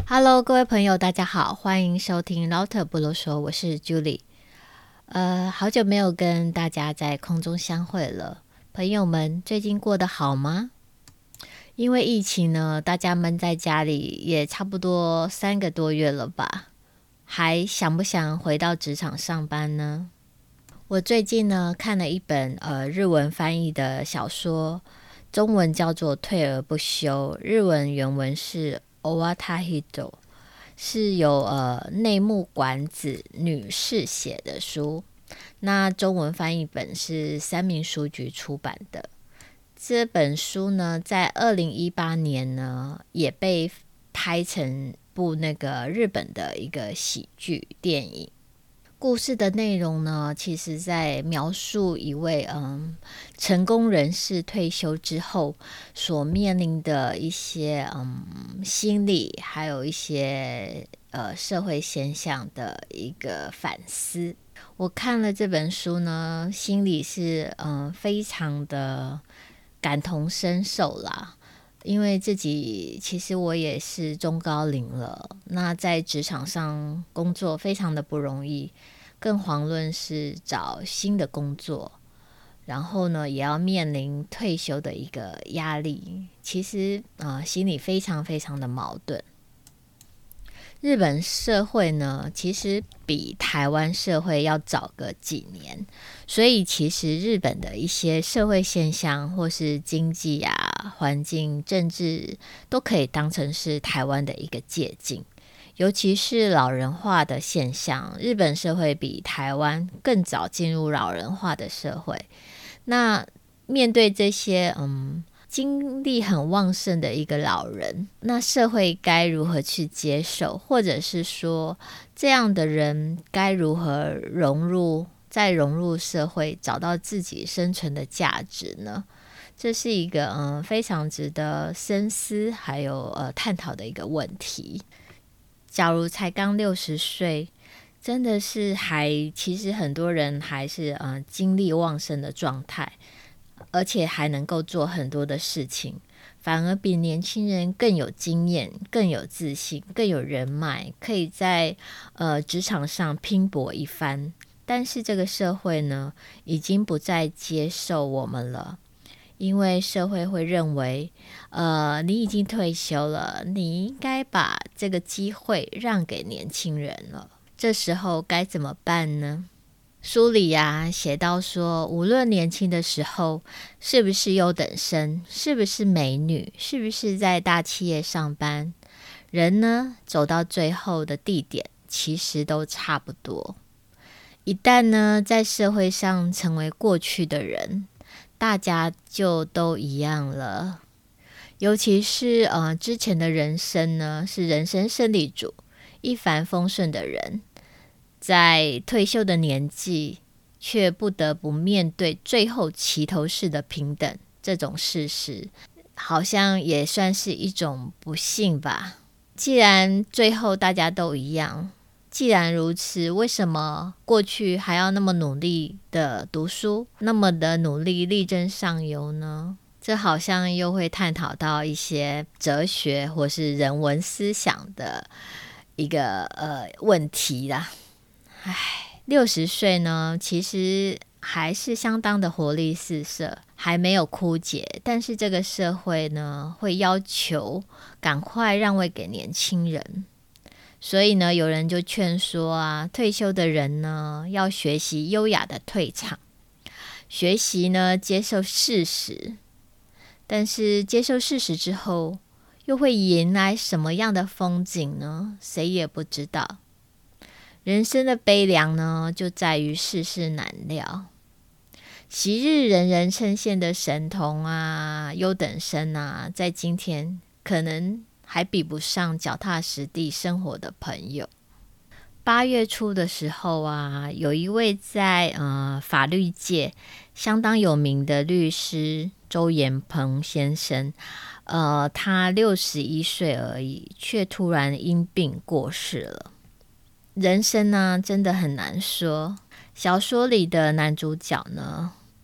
Hello，各位朋友，大家好，欢迎收听老特不啰嗦，我是 Julie。好久没有跟大家在空中相会了，朋友们最近过得好吗？因为疫情呢，大家闷在家里也差不多3个多月了吧，还想不想回到职场上班呢？我最近呢看了一本日文翻译的小说，中文叫做《退而不休》，日文原文是 Owatahito， 是由内木管子女士写的书，那中文翻译本是三民书局出版的。这本书呢，在2018年呢，也被拍成部那个日本的一个喜剧电影。故事的内容呢，其实在描述一位成功人士退休之后所面临的一些心理，还有一些社会现象的一个反思。我看了这本书呢，心里是非常的感同身受啦。因为自己其实我也是中高龄了，那在职场上工作非常的不容易，更遑论是找新的工作，然后呢也要面临退休的一个压力，其实心里非常非常的矛盾。日本社会呢，其实比台湾社会要早个几年，所以其实日本的一些社会现象或是经济啊、环境、政治都可以当成是台湾的一个借鉴。尤其是老人化的现象，日本社会比台湾更早进入老人化的社会。那面对这些精力很旺盛的一个老人，那社会该如何去接受，或者是说这样的人该如何再融入社会，找到自己生存的价值呢？这是一个非常值得深思还有探讨的一个问题。假如才刚60岁，真的是其实很多人还是精力旺盛的状态，而且还能够做很多的事情，反而比年轻人更有经验、更有自信、更有人脉，可以在职场上拼搏一番。但是这个社会呢，已经不再接受我们了，因为社会会认为你已经退休了，你应该把这个机会让给年轻人了。这时候该怎么办呢？书里写到说，无论年轻的时候是不是优等生，是不是美女，是不是在大企业上班，人呢走到最后的地点其实都差不多。一旦呢在社会上成为过去的人，大家就都一样了。尤其是之前的人生呢，是人生胜利组，一帆风顺的人，在退休的年纪却不得不面对最后齐头式的平等这种事实，好像也算是一种不幸吧。既然最后大家都一样，既然如此，为什么过去还要那么努力的读书，那么的努力力争上游呢？这好像又会探讨到一些哲学或是人文思想的一个问题啦。60岁呢，其实还是相当的活力四射，还没有枯竭，但是这个社会呢，会要求赶快让位给年轻人。所以呢，有人就劝说退休的人呢，要学习优雅的退场，学习呢接受事实。但是接受事实之后，又会迎来什么样的风景呢？谁也不知道。人生的悲凉呢，就在于世事难料。昔日人人称羡的神童优等生在今天可能还比不上脚踏实地生活的朋友。8月初的时候有一位在法律界相当有名的律师周延鹏先生，他61岁而已，却突然因病过世了。人生真的很难说。小说里的男主角呢，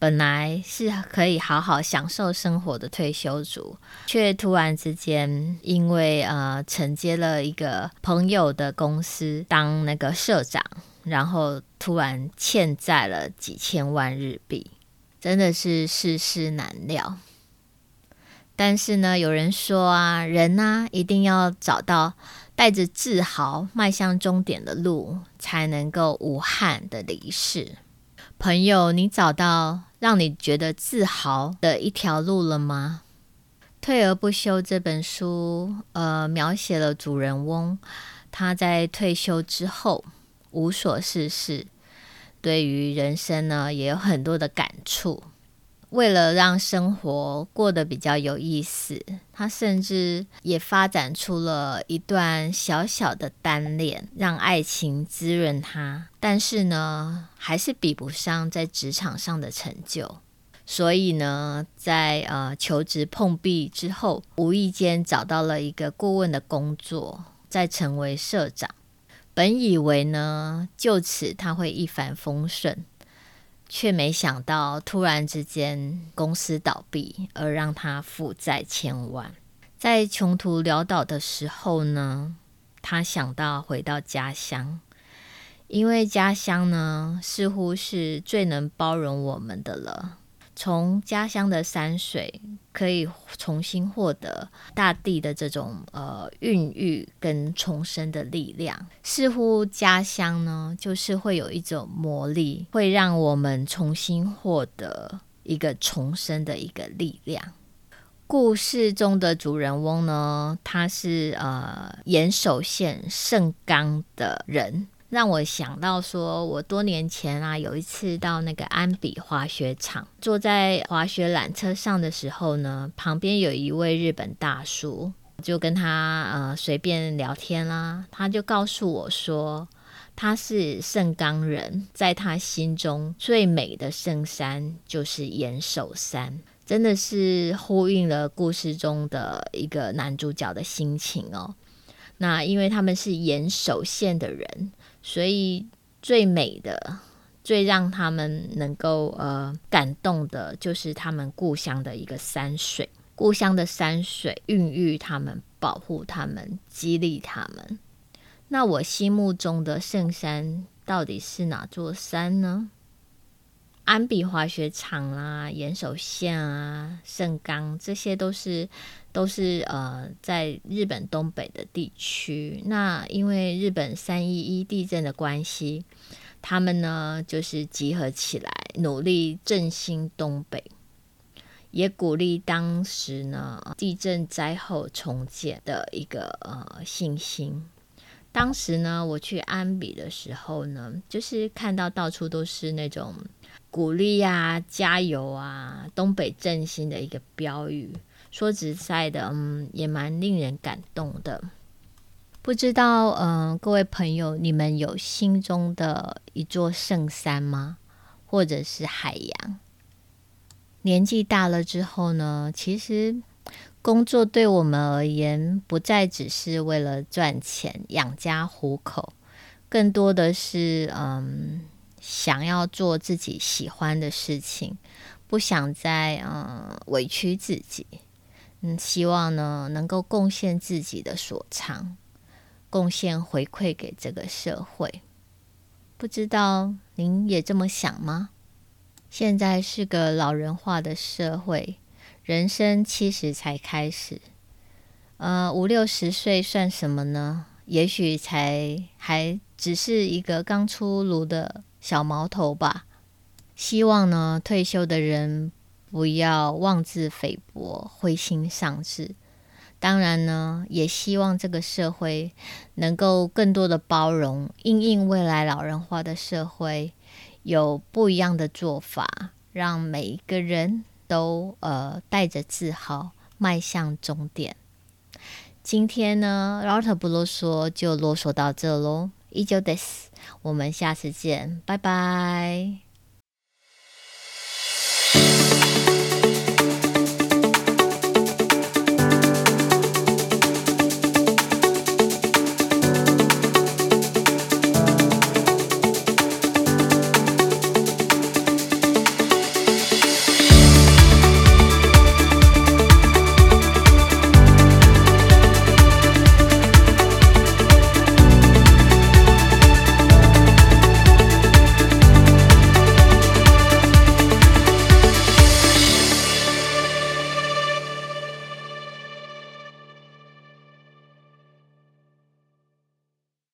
本来是可以好好享受生活的退休族，却突然之间因为承接了一个朋友的公司当那个社长，然后突然欠债了几千万日币，真的是世事难料。但是呢，有人说啊，人啊一定要找到带着自豪迈向终点的路，才能够无憾的离世。朋友，你找到让你觉得自豪的一条路了吗？退而不休这本书描写了主人翁他在退休之后无所事事，对于人生呢也有很多的感触。为了让生活过得比较有意思，他甚至也发展出了一段小小的单恋，让爱情滋润他，但是呢还是比不上在职场上的成就。所以呢在求职碰壁之后，无意间找到了一个顾问的工作，再成为社长。本以为呢就此他会一帆风顺，却没想到突然之间公司倒闭，而让他负债千万。在穷途潦倒的时候呢，他想到回到家乡，因为家乡呢似乎是最能包容我们的了。从家乡的山水可以重新获得大地的这种孕育跟重生的力量。似乎家乡呢就是会有一种魔力，会让我们重新获得一个重生的一个力量。故事中的主人翁呢，他是岩手县盛冈的人，让我想到说，我多年前啊有一次到那个安比滑雪场，坐在滑雪缆车上的时候呢，旁边有一位日本大叔，就跟他随便聊天啦。他就告诉我说，他是盛冈人，在他心中最美的圣山就是岩手山。真的是呼应了故事中的一个男主角的心情哦。那因为他们是岩手县的人，所以最美的、最让他们能够感动的，就是他们故乡的一个山水。故乡的山水孕育他们，保护他们，激励他们。那我心目中的圣山到底是哪座山呢？安比滑雪场啦、岩手县啊、盛冈，这些都是在日本东北的地区。那因为日本311地震的关系，他们呢就是集合起来，努力振兴东北，也鼓励当时呢地震灾后重建的一个信心。当时呢我去安比的时候呢，就是看到到处都是那种鼓励啊、加油啊、东北振兴的一个标语。说实在的，也蛮令人感动的。不知道各位朋友，你们有心中的一座圣山吗？或者是海洋？年纪大了之后呢，其实工作对我们而言，不再只是为了赚钱养家糊口，更多的是想要做自己喜欢的事情，不想再委屈自己。希望呢能够贡献自己的所长，贡献回馈给这个社会。不知道您也这么想吗？现在是个老人化的社会，人生70才开始，50-60岁算什么呢？也许还只是一个刚出炉的小毛头吧。希望呢退休的人不要妄自菲薄、灰心丧志。当然呢，也希望这个社会能够更多的包容，因应未来老人化的社会，有不一样的做法，让每一个人都带着自豪迈向终点。今天呢，Router 不啰嗦就啰嗦到这咯。以上です。我们下次见，拜拜。